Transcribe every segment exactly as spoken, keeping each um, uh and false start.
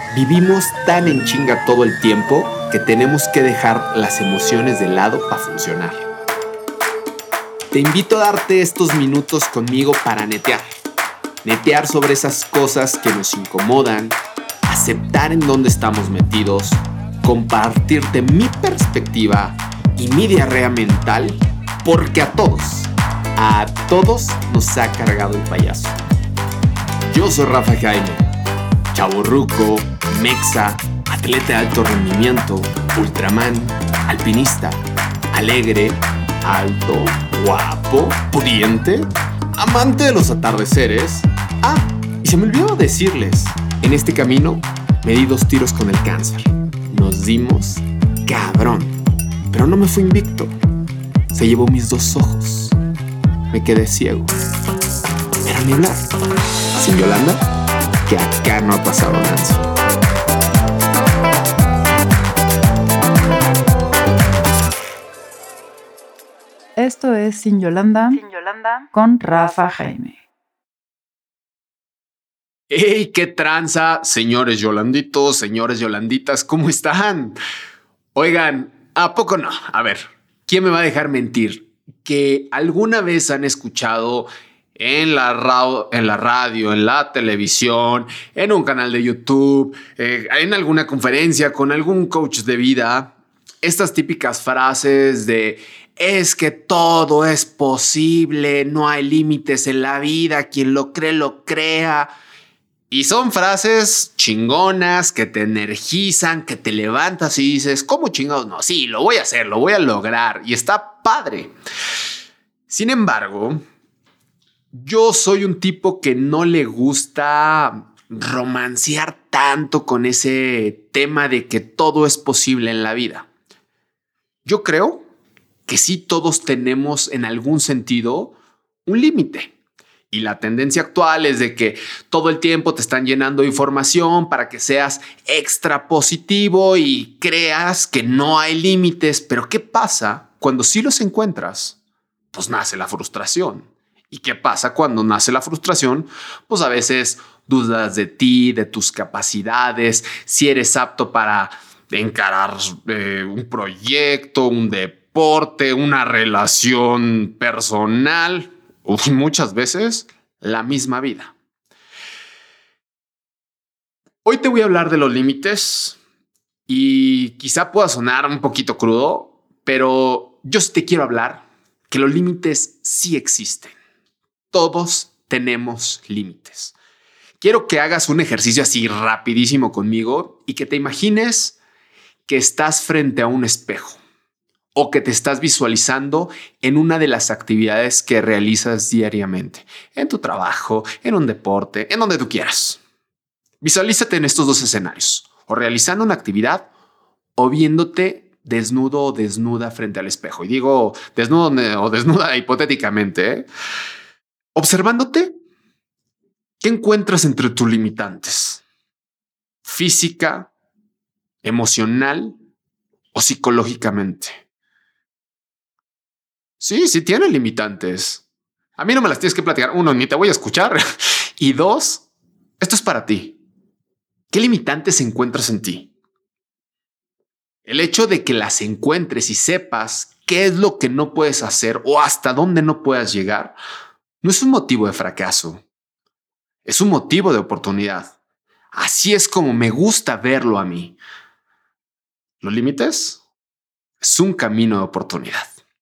Vivimos tan en chinga todo el tiempo que tenemos que dejar las emociones de lado para funcionar. Te invito a darte estos minutos conmigo para netear. Netear sobre esas cosas que nos incomodan, aceptar en dónde estamos metidos, compartirte mi perspectiva y mi diarrea mental, porque a todos, a todos nos ha cargado el payaso. Yo soy Rafa Jaime, chavorruco, mexa, atleta de alto rendimiento, ultraman, alpinista, alegre, alto, guapo, pudiente, amante de los atardeceres. Ah, y se me olvidó decirles, en este camino me di dos tiros con el cáncer. Nos dimos cabrón, pero no me fui invicto. Se llevó mis dos ojos. Me quedé ciego. Pero ni hablar. Sin Yolanda, que acá no ha pasado Nancy. Esto es Sin Yolanda, Sin Yolanda con Rafa Jaime. ¡Ey, qué tranza, señores Yolanditos, señores Yolanditas! ¿Cómo están? Oigan, ¿a poco no? A ver, ¿quién me va a dejar mentir? Que alguna vez han escuchado en la, ra- en la radio, en la televisión, en un canal de YouTube, eh, en alguna conferencia con algún coach de vida, estas típicas frases de es que todo es posible, no hay límites en la vida, quien lo cree, lo crea. Y son frases chingonas que te energizan, que te levantas y dices, ¿cómo chingados? No, sí, lo voy a hacer, lo voy a lograr. Y está padre. Sin embargo, yo soy un tipo que no le gusta romancear tanto con ese tema de que todo es posible en la vida. Yo creo que sí todos tenemos en algún sentido un límite. Y la tendencia actual es de que todo el tiempo te están llenando de información para que seas extra positivo y creas que no hay límites. Pero ¿qué pasa cuando sí los encuentras? Pues nace la frustración. ¿Y qué pasa cuando nace la frustración? Pues a veces dudas de ti, de tus capacidades, si eres apto para encarar eh, un proyecto, un deporte, una relación personal. Muchas veces la misma vida. Hoy te voy a hablar de los límites y quizá pueda sonar un poquito crudo, pero yo sí te quiero hablar que los límites sí existen. Todos tenemos límites. Quiero que hagas un ejercicio así rapidísimo conmigo y que te imagines que estás frente a un espejo o que te estás visualizando en una de las actividades que realizas diariamente, en tu trabajo, en un deporte, en donde tú quieras. Visualízate en estos dos escenarios, o realizando una actividad o viéndote desnudo o desnuda frente al espejo. Y digo desnudo o desnuda hipotéticamente, ¿eh? Observándote, ¿qué encuentras entre tus limitantes? ¿Física, emocional o psicológicamente? Sí, sí tiene limitantes. A mí no me las tienes que platicar. Uno, ni te voy a escuchar. Y dos, esto es para ti. ¿Qué limitantes encuentras en ti? El hecho de que las encuentres y sepas qué es lo que no puedes hacer o hasta dónde no puedas llegar, no es un motivo de fracaso. Es un motivo de oportunidad. Así es como me gusta verlo a mí. Los límites es un camino de oportunidad.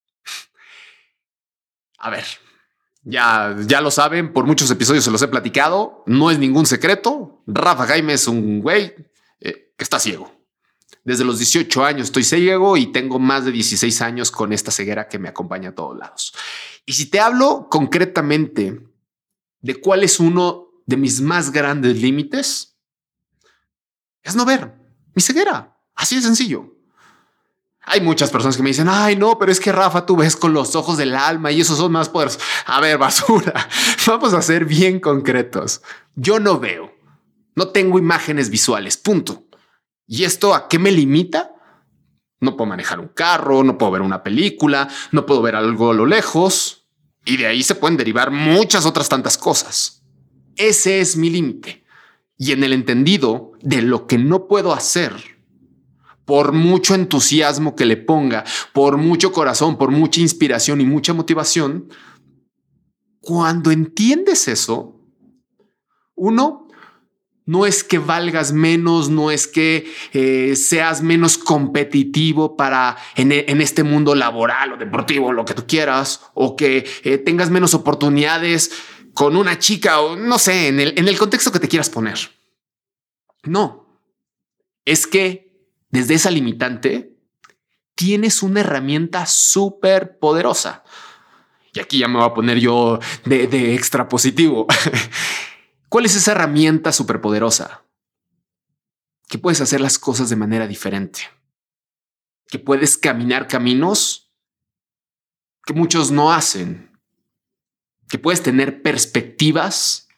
A ver, ya, ya lo saben, por muchos episodios se los he platicado, no es ningún secreto. Rafa Jaime es un güey eh, que está ciego. Desde los dieciocho años estoy ciego y tengo más de dieciséis años con esta ceguera que me acompaña a todos lados. Y si te hablo concretamente de cuál es uno de mis más grandes límites, es no ver mi ceguera. Así de sencillo. Hay muchas personas que me dicen, ay, no, pero es que Rafa, tú ves con los ojos del alma y esos son más poderosos. A ver, basura, vamos a ser bien concretos. Yo no veo, no tengo imágenes visuales, punto. ¿Y esto a qué me limita? No puedo manejar un carro, no puedo ver una película, no puedo ver algo a lo lejos. Y de ahí se pueden derivar muchas otras tantas cosas. Ese es mi límite. y en el entendido de lo que no puedo hacer, por mucho entusiasmo que le ponga, por mucho corazón, por mucha inspiración y mucha motivación, cuando entiendes eso, uno, no es que valgas menos, no es que eh, seas menos competitivo para en, en este mundo laboral o deportivo, lo que tú quieras, o que eh, tengas menos oportunidades con una chica o no sé, en el, en el contexto que te quieras poner. No, es que desde esa limitante tienes una herramienta súper poderosa. Y aquí ya me voy a poner yo de, de extra positivo. ¿Cuál es esa herramienta superpoderosa? Que puedes hacer las cosas de manera diferente. Que puedes caminar caminos que muchos no hacen. Que puedes tener perspectivas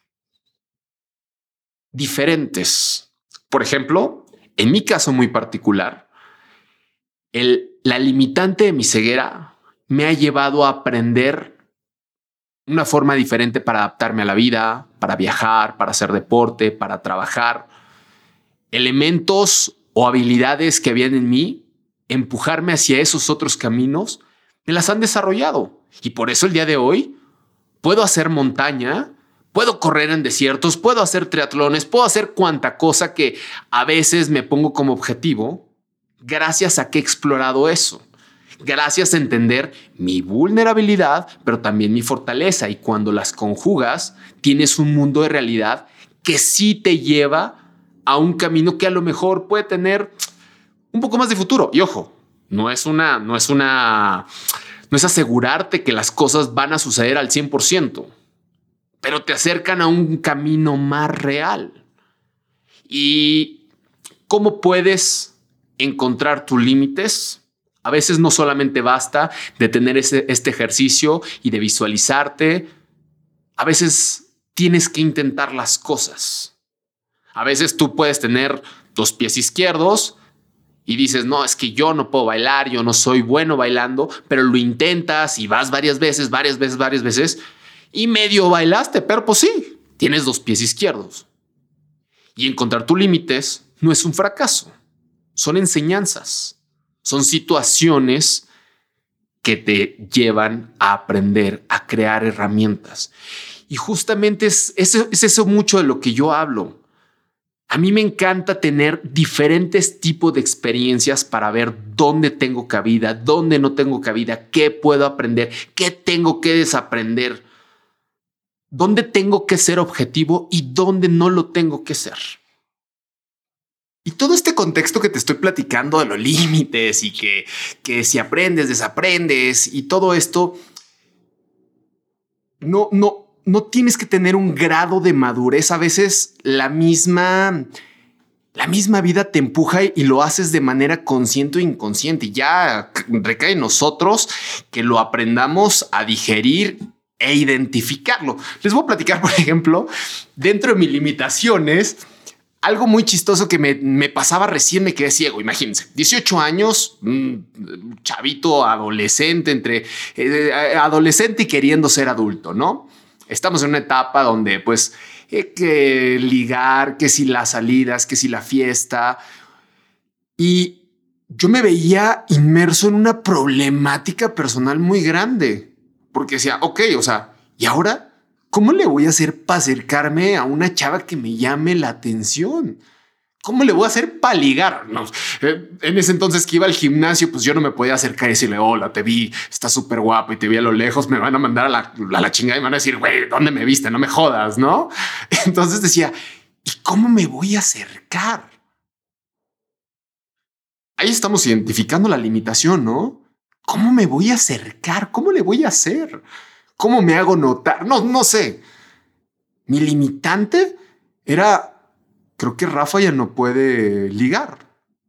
diferentes. Por ejemplo, en mi caso muy particular, el, la limitante de mi ceguera me ha llevado a aprender una forma diferente para adaptarme a la vida, para viajar, para hacer deporte, para trabajar. Elementos o habilidades que habían en mí, empujarme hacia esos otros caminos, me las han desarrollado. Y por eso el día de hoy puedo hacer montaña, puedo correr en desiertos, puedo hacer triatlones, puedo hacer cuanta cosa que a veces me pongo como objetivo, gracias a que he explorado eso. Gracias a entender mi vulnerabilidad, pero también mi fortaleza. Y cuando las conjugas, tienes un mundo de realidad que sí te lleva a un camino que a lo mejor puede tener un poco más de futuro. Y ojo, no es una, no es una, no es asegurarte que las cosas van a suceder al cien por ciento, pero te acercan a un camino más real. ¿Y cómo puedes encontrar tus límites? A veces no solamente basta de tener ese, este ejercicio y de visualizarte. A veces tienes que intentar las cosas. A veces tú puedes tener dos pies izquierdos y dices, no, es que yo no puedo bailar, yo no soy bueno bailando, pero lo intentas y vas varias veces, varias veces, varias veces y medio bailaste, pero pues sí, tienes dos pies izquierdos. Y encontrar tus límites no es un fracaso, son enseñanzas. Son situaciones que te llevan a aprender, a crear herramientas. Y justamente es, es, es eso mucho de lo que yo hablo. A mí me encanta tener diferentes tipos de experiencias para ver dónde tengo cabida, dónde no tengo cabida, qué puedo aprender, qué tengo que desaprender, dónde tengo que ser objetivo y dónde no lo tengo que ser. Y todo este contexto que te estoy platicando de los límites y que, que si aprendes, desaprendes y todo esto, no, no, no tienes que tener un grado de madurez. A veces la misma, la misma vida te empuja y lo haces de manera consciente o inconsciente. Y ya recae en nosotros que lo aprendamos a digerir e identificarlo. Les voy a platicar, por ejemplo, dentro de mis limitaciones, algo muy chistoso que me, me pasaba recién me quedé ciego. Imagínense, dieciocho años, un chavito adolescente, entre eh, adolescente y queriendo ser adulto, ¿no? Estamos en una etapa donde pues eh, que ligar, que si las salidas, que si la fiesta. Y yo me veía inmerso en una problemática personal muy grande, porque decía, ok, o sea, ¿y ahora? ¿Cómo le voy a hacer para acercarme a una chava que me llame la atención? ¿Cómo le voy a hacer para ligar? No, eh, en ese entonces que iba al gimnasio, pues yo no me podía acercar y decirle, hola, te vi, está súper guapo y te vi a lo lejos, me van a mandar a la, a la chingada y me van a decir, güey, ¿dónde me viste? No me jodas, ¿no? Entonces decía, ¿y cómo me voy a acercar? Ahí estamos identificando la limitación, ¿no? ¿Cómo me voy a acercar? ¿Cómo le voy a hacer? ¿Cómo me hago notar? No, no sé. Mi limitante era, creo que Rafa ya no puede ligar.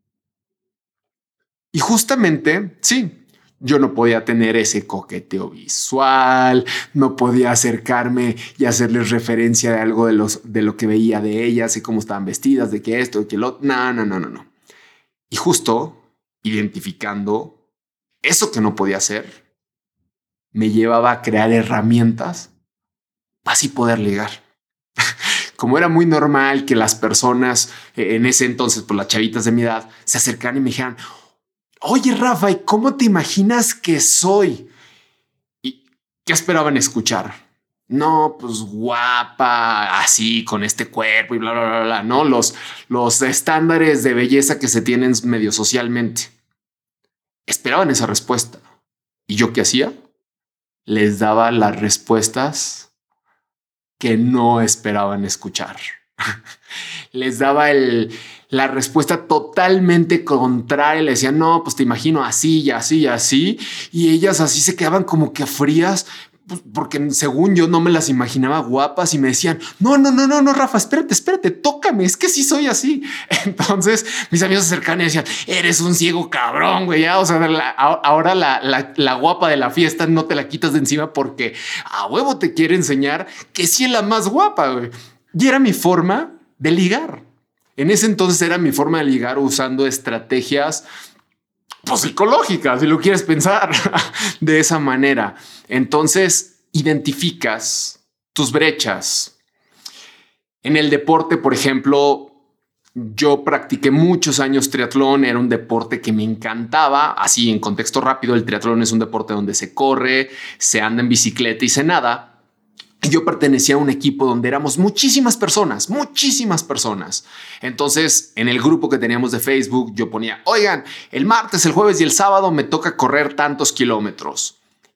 Y justamente, sí, yo no podía tener ese coqueteo visual, no podía acercarme y hacerles referencia de algo de, los, de lo que veía de ellas y cómo estaban vestidas, de que esto, de que lo otro. No, no, no, no, no. Y justo identificando eso que no podía hacer, me llevaba a crear herramientas para así poder ligar. como era muy normal que las personas eh, en ese entonces, pues las chavitas de mi edad, se acercaran y me dijeran, oye, Rafa, ¿y cómo te imaginas que soy? ¿Y qué esperaban escuchar? No, pues guapa, así, con este cuerpo y bla, bla, bla, bla, no los, los estándares de belleza que se tienen medio socialmente. Esperaban esa respuesta. ¿Y yo qué hacía? Les daba las respuestas que no esperaban escuchar. Les daba el, la respuesta totalmente contraria. Le decían, no, pues te imagino así y así y así. Y ellas así se quedaban como que frías, pues porque según yo no me las imaginaba guapas y me decían, no, no, no, no, no, Rafa, espérate, espérate, tócame, es que sí soy así. Entonces mis amigos se acercaban y decían, eres un ciego cabrón, güey. Ya, o sea, la, ahora la, la, la guapa de la fiesta no te la quitas de encima porque a huevo te quiere enseñar que sí es la más guapa, güey. Y era mi forma de ligar. En ese entonces era mi forma de ligar usando estrategias pues, psicológicas, si lo quieres pensar de esa manera. Entonces identificas tus brechas. En el deporte, por ejemplo, yo practiqué muchos años triatlón, era un deporte que me encantaba. Así, en contexto rápido, el triatlón es un deporte donde se corre, se anda en bicicleta y se nada. Yo pertenecía a un equipo donde éramos muchísimas personas, muchísimas personas. Entonces, en el grupo que teníamos de Facebook, yo ponía, oigan, el martes, el jueves y el sábado me toca correr tantos kilómetros.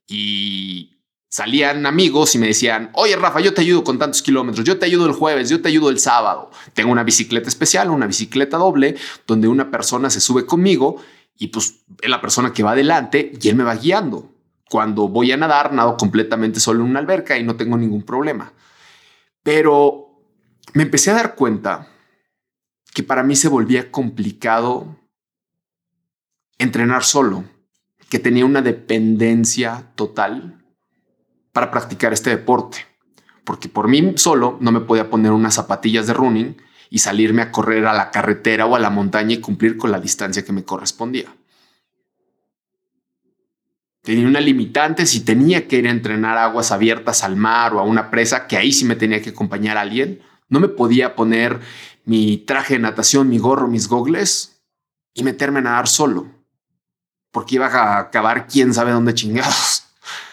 Y salían amigos y me decían, oye, Rafa, yo te ayudo con tantos kilómetros, yo te ayudo el jueves, yo te ayudo el sábado. Tengo una bicicleta especial, una bicicleta doble, donde una persona se sube conmigo y pues es la persona que va adelante y él me va guiando. Cuando voy a nadar, nado completamente solo en una alberca y no tengo ningún problema. Pero me empecé a dar cuenta que para mí se volvía complicado entrenar solo, que tenía una dependencia total para practicar este deporte, porque por mí solo no me podía poner unas zapatillas de running y salirme a correr a la carretera o a la montaña y cumplir con la distancia que me correspondía. Tenía una limitante si tenía que ir a entrenar a aguas abiertas al mar o a una presa, que ahí sí me tenía que acompañar a alguien. No me podía poner mi traje de natación, mi gorro, mis gogles y meterme a nadar solo, porque iba a acabar quién sabe dónde chingados.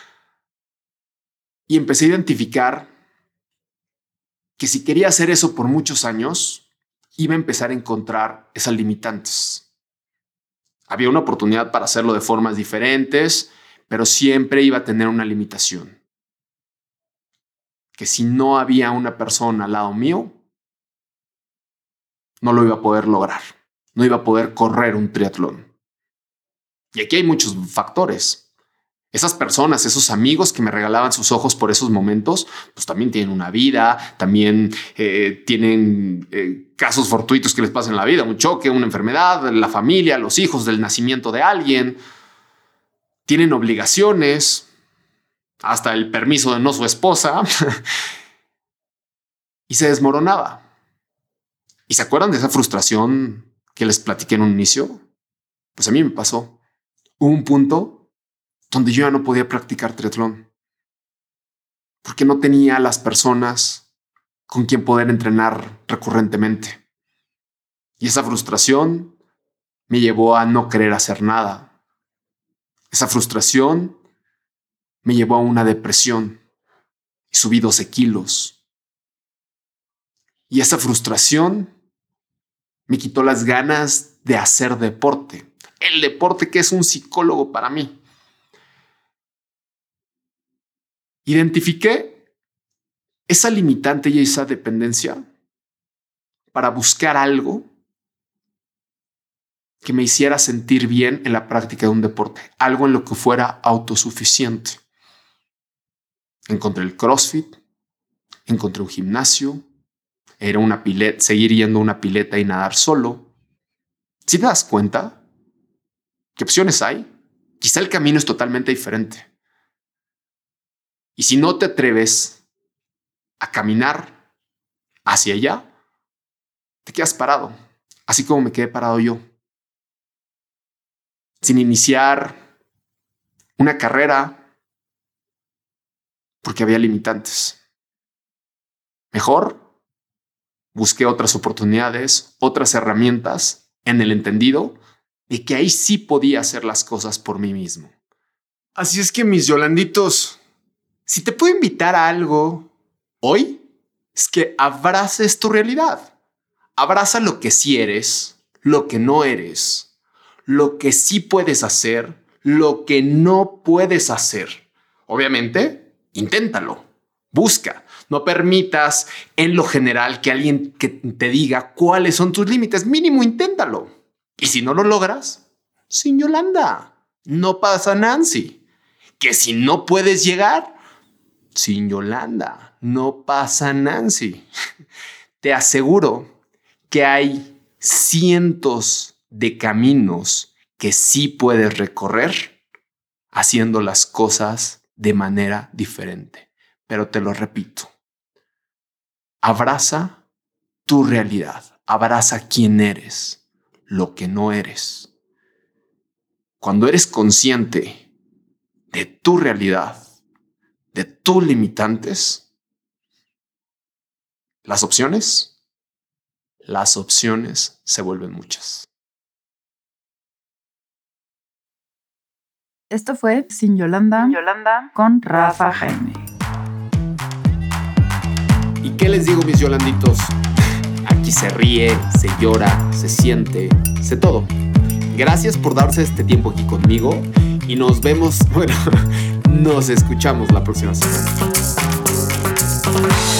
Y empecé a identificar que si quería hacer eso por muchos años, iba a empezar a encontrar esas limitantes. Había una oportunidad para hacerlo de formas diferentes, pero siempre iba a tener una limitación. Que si no había una persona al lado mío, no lo iba a poder lograr. No iba a poder correr un triatlón. Y aquí hay muchos factores. Esas personas, esos amigos que me regalaban sus ojos por esos momentos, pues también tienen una vida, también eh, tienen eh, casos fortuitos que les pasan en la vida, un choque, una enfermedad, la familia, los hijos del nacimiento de alguien. Tienen obligaciones, hasta el permiso de no su esposa, y se desmoronaba. ¿Y se acuerdan de esa frustración que les platiqué en un inicio? Pues a mí me pasó. Hubo un punto donde yo ya no podía practicar triatlón porque no tenía las personas con quien poder entrenar recurrentemente. Y esa frustración me llevó a no querer hacer nada. Esa frustración me llevó a una depresión y subí doce kilos. Y esa frustración me quitó las ganas de hacer deporte. El deporte que es un psicólogo para mí. Identifiqué esa limitante y esa dependencia para buscar algo que me hiciera sentir bien en la práctica de un deporte, algo en lo que fuera autosuficiente. Encontré el CrossFit, encontré un gimnasio, era una pileta, seguir yendo a una pileta y nadar solo. Si te das cuenta, ¿qué opciones hay? Quizá el camino es totalmente diferente. Y si no te atreves a caminar hacia allá, te quedas parado, así como me quedé parado yo, sin iniciar una carrera porque había limitantes. Mejor Busqué otras oportunidades, otras herramientas en el entendido de que ahí sí podía hacer las cosas por mí mismo. Así es que, mis Yolanditos, si te puedo invitar a algo hoy, es que abraces tu realidad. Abraza lo que sí eres, lo que no eres, lo que sí puedes hacer, lo que no puedes hacer. Obviamente, inténtalo, busca. No permitas en lo general que alguien que te diga cuáles son tus límites. Mínimo, inténtalo. Y si no lo logras, sin Yolanda, no pasa Nancy. Que si no puedes llegar, sin Yolanda, no pasa Nancy. Te aseguro que hay cientos de caminos que sí puedes recorrer haciendo las cosas de manera diferente. Pero te lo repito, abraza tu realidad, abraza quién eres, lo que no eres. Cuando eres consciente de tu realidad, de tus limitantes, las opciones, las opciones se vuelven muchas. Esto fue Sin Yolanda, Sin Yolanda con Rafa Jaime. ¿Y qué les digo, mis Yolanditos? Aquí se ríe, se llora, se siente, se todo. Gracias por darse este tiempo aquí conmigo y nos vemos, bueno, nos escuchamos la próxima semana.